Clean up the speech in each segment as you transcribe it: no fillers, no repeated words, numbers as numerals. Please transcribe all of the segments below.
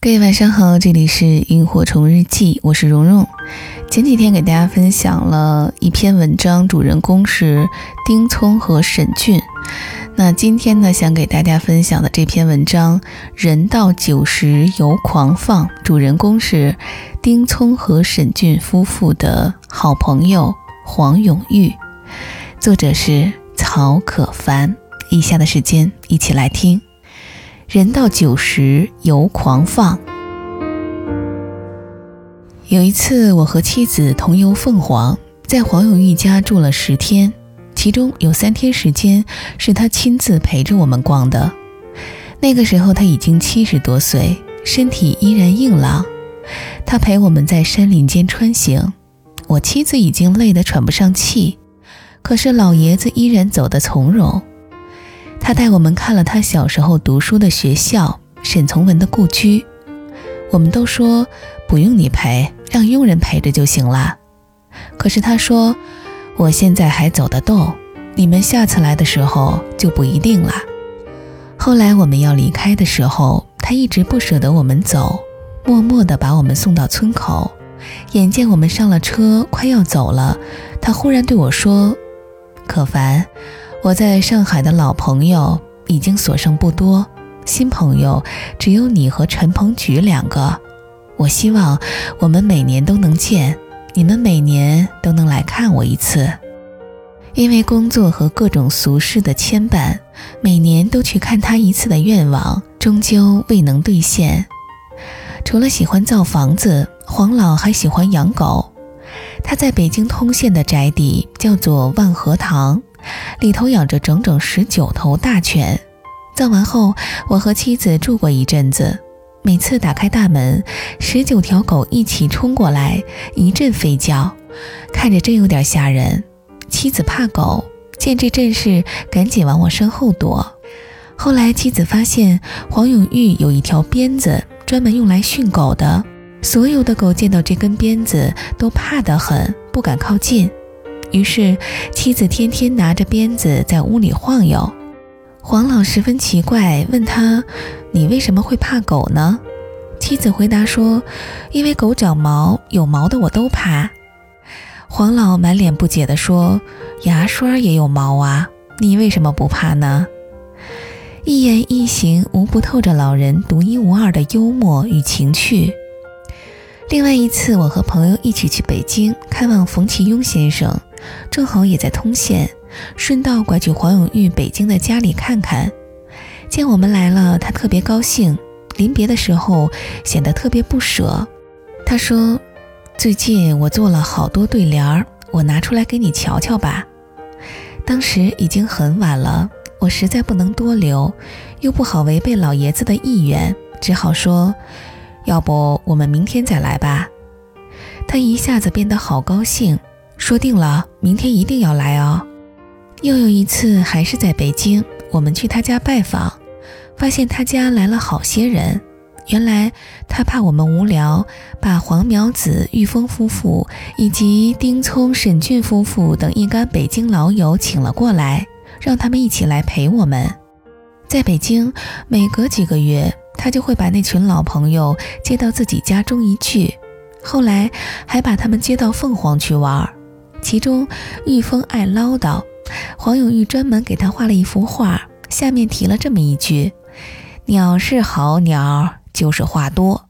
各位晚上好，这里是萤火虫日记，我是蓉蓉。前几天给大家分享了一篇文章，主人公是丁聪和沈俊。那今天呢，想给大家分享的这篇文章，人到90犹狂放，主人公是丁聪和沈俊夫妇的好朋友黄永玉，作者是曹可凡。以下的时间一起来听。人到90犹狂放。有一次，我和妻子同游凤凰，在黄永玉家住了10天，其中有3天时间是他亲自陪着我们逛的。那个时候他已经70多岁，身体依然硬朗。他陪我们在山林间穿行，我妻子已经累得喘不上气，可是老爷子依然走得从容。他带我们看了他小时候读书的学校，沈从文的故居。我们都说不用你陪，让佣人陪着就行了。可是他说，我现在还走得动，你们下次来的时候就不一定了。后来我们要离开的时候，他一直不舍得我们走，默默地把我们送到村口。眼见我们上了车快要走了，他忽然对我说，可凡，我在上海的老朋友已经所剩不多，新朋友只有你和陈鹏举2个。我希望我们每年都能见，你们每年都能来看我一次。因为工作和各种俗事的牵绊，每年都去看他一次的愿望终究未能兑现。除了喜欢造房子，黄老还喜欢养狗。他在北京通县的宅邸叫做万和堂，里头养着整整19头大犬。造完后，我和妻子住过一阵子，每次打开大门，19条狗一起冲过来，一阵吠叫，看着真有点吓人。妻子怕狗，见这阵势赶紧往我身后躲。后来妻子发现黄永玉有一条鞭子专门用来训狗的，所有的狗见到这根鞭子都怕得很，不敢靠近。于是妻子天天拿着鞭子在屋里晃悠。黄老十分奇怪，问他，你为什么会怕狗呢？妻子回答说，因为狗长毛，有毛的我都怕。黄老满脸不解地说，牙刷也有毛啊，你为什么不怕呢？一言一行无不透着老人独一无二的幽默与情趣。另外一次，我和朋友一起去北京看望冯其庸先生，正好也在通县，顺道拐去黄永玉北京的家里看看。见我们来了，他特别高兴，临别的时候显得特别不舍。他说，最近我做了好多对联，我拿出来给你瞧瞧吧。当时已经很晚了，我实在不能多留，又不好违背老爷子的意愿，只好说，要不我们明天再来吧。他一下子变得好高兴，说定了，明天一定要来哦。又有一次还是在北京，我们去他家拜访，发现他家来了好些人。原来他怕我们无聊，把黄苗子、玉峰夫妇以及丁聪、沈俊夫妇等一干北京老友请了过来，让他们一起来陪我们。在北京，每隔几个月他就会把那群老朋友接到自己家中一聚，后来还把他们接到凤凰去玩。其中玉峰爱唠叨，黄永玉专门给他画了一幅画，下面提了这么一句，鸟是好鸟，就是话多。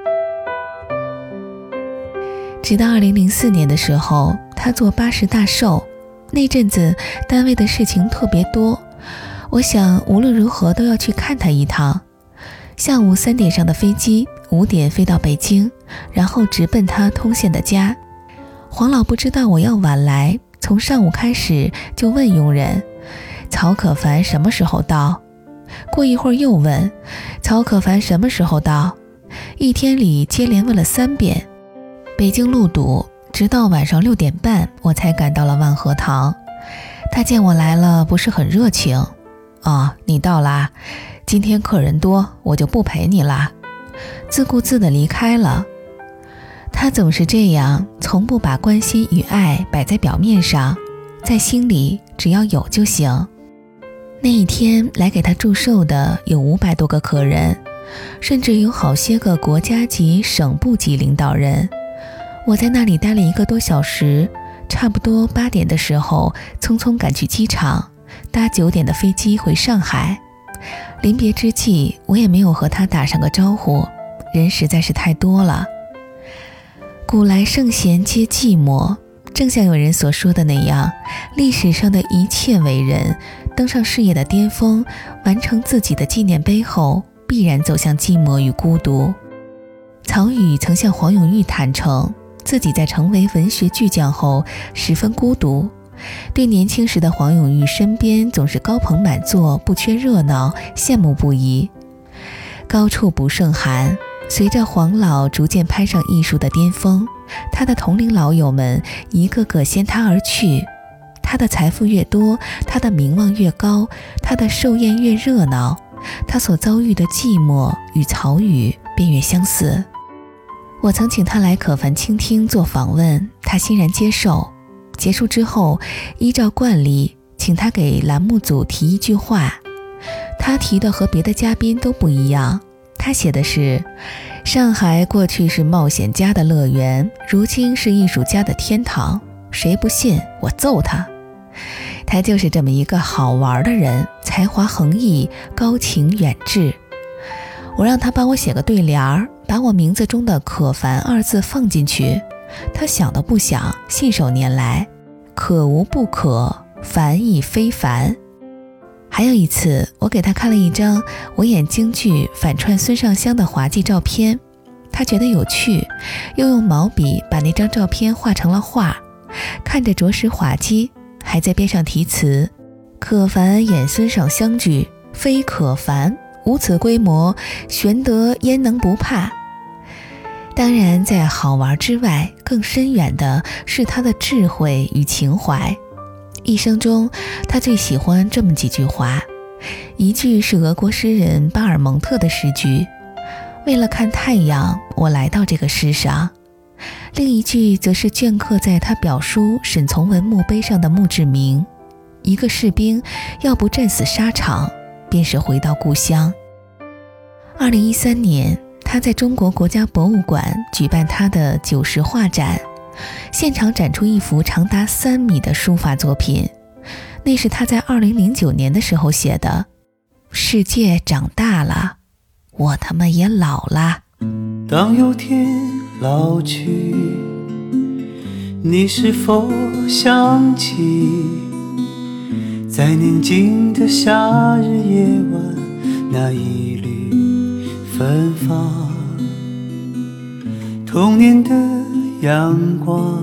直到2004年的时候，他做80大寿，那阵子单位的事情特别多，我想无论如何都要去看他一趟。下午3点上的飞机，5点飞到北京，然后直奔他通县的家。黄老不知道我要晚来，从上午开始就问佣人，曹可凡什么时候到？过一会儿又问，曹可凡什么时候到？一天里接连问了3遍。北京路堵，直到晚上6点半我才赶到了万和堂。他见我来了不是很热情，你到啦，今天客人多，我就不陪你啦，自顾自地离开了。他总是这样，从不把关心与爱摆在表面上，在心里只要有就行。那一天来给他祝寿的有500多个客人， 甚至有好些个国家级、省部级领导人。我在那里待了1个多小时，差不多8点的时候，匆匆赶去机场，搭9点的飞机回上海。临别之际，我也没有和他打上个招呼，人实在是太多了。古来圣贤皆寂寞，正像有人所说的那样，历史上的一切伟人登上事业的巅峰，完成自己的纪念碑后，必然走向寂寞与孤独。曹禺曾向黄永玉坦诚，自己在成为文学巨匠后十分孤独，对年轻时的黄永玉身边总是高朋满座，不缺热闹，羡慕不已。高处不胜寒，随着黄老逐渐攀上艺术的巅峰，他的同龄老友们一个个先他而去。他的财富越多，他的名望越高，他的寿宴越热闹，他所遭遇的寂寞与曹禺便越相似。我曾请他来可凡倾听做访问，他欣然接受。结束之后，依照惯例，请他给栏目组提一句话。他提的和别的嘉宾都不一样，他写的是：上海过去是冒险家的乐园，如今是艺术家的天堂，谁不信我揍他。他就是这么一个好玩的人，才华横溢，高情远志。我让他帮我写个对联，把我名字中的可凡2字放进去，他想都不想，信手拈来，可无不可，凡亦非凡。还有一次，我给他看了一张我演京剧反串孙尚香的滑稽照片，他觉得有趣，又用毛笔把那张照片画成了画，看着着实滑稽，还在边上题词：可凡演孙尚香剧，非可凡，无此规模，玄德焉能不怕？当然，在好玩之外，更深远的是他的智慧与情怀。一生中，他最喜欢这么几句话，一句是俄国诗人巴尔蒙特的诗句：为了看太阳，我来到这个世上。另一句则是镌刻在他表叔沈从文墓碑上的墓志铭：一个士兵要不战死沙场，便是回到故乡。2013年，他在中国国家博物馆举办他的90画展，现场展出一幅长达3米的书法作品，那是他在2009年的时候写的：世界长大了，我他妈也老了。 当有天老去，你是否想起在宁静的夏日夜晚，那一缕芬芳，童年的阳光，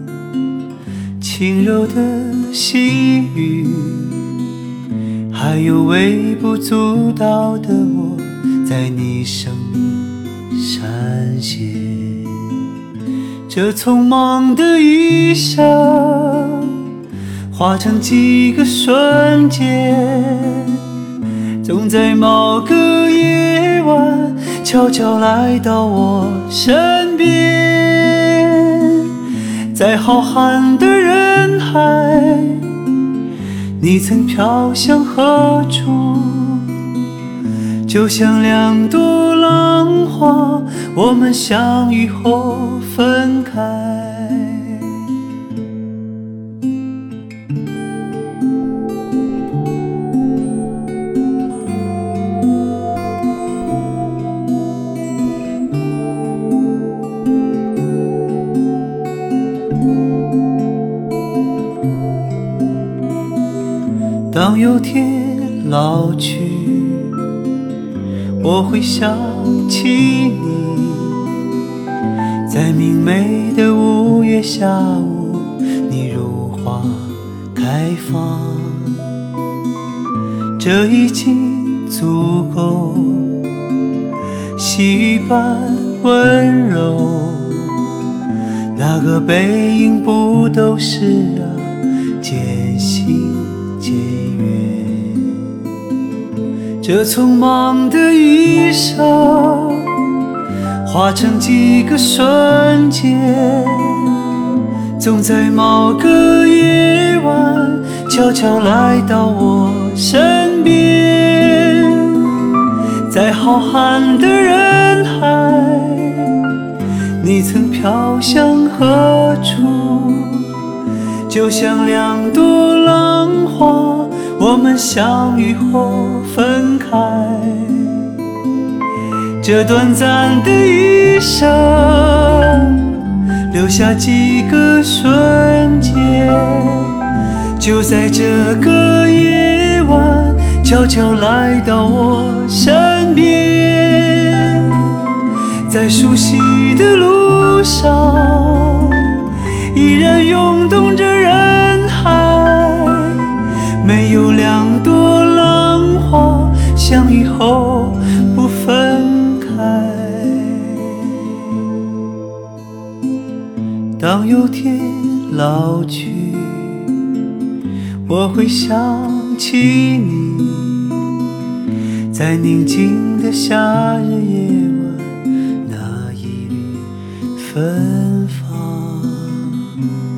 轻柔的细雨，还有微不足道的我，在你生命闪现。这匆忙的一生，化成几个瞬间，总在某个夜晚悄悄来到我身边。在浩瀚的人海，你曾飘向何处？就像2朵浪花，我们相遇后分开。当有天老去，我会想起你，在明媚的5月下午，你如花开放，这已经足够，细雨般温柔，那个背影不都是渐行渐远。这匆忙的一生，化成几个瞬间，总在某个夜晚悄悄来到我身边。 在浩瀚的人海，你曾飘向何处？就像两朵浪花，我们相遇后分开。这短暂的一生，留下几个瞬间，就在这个夜晚，悄悄来到我身边。在熟悉的路上，依然涌动着人海，没有两朵浪花相遇后不分开。当有天老去，我会想起你，在宁静的夏日夜晚，那一缕芬芳。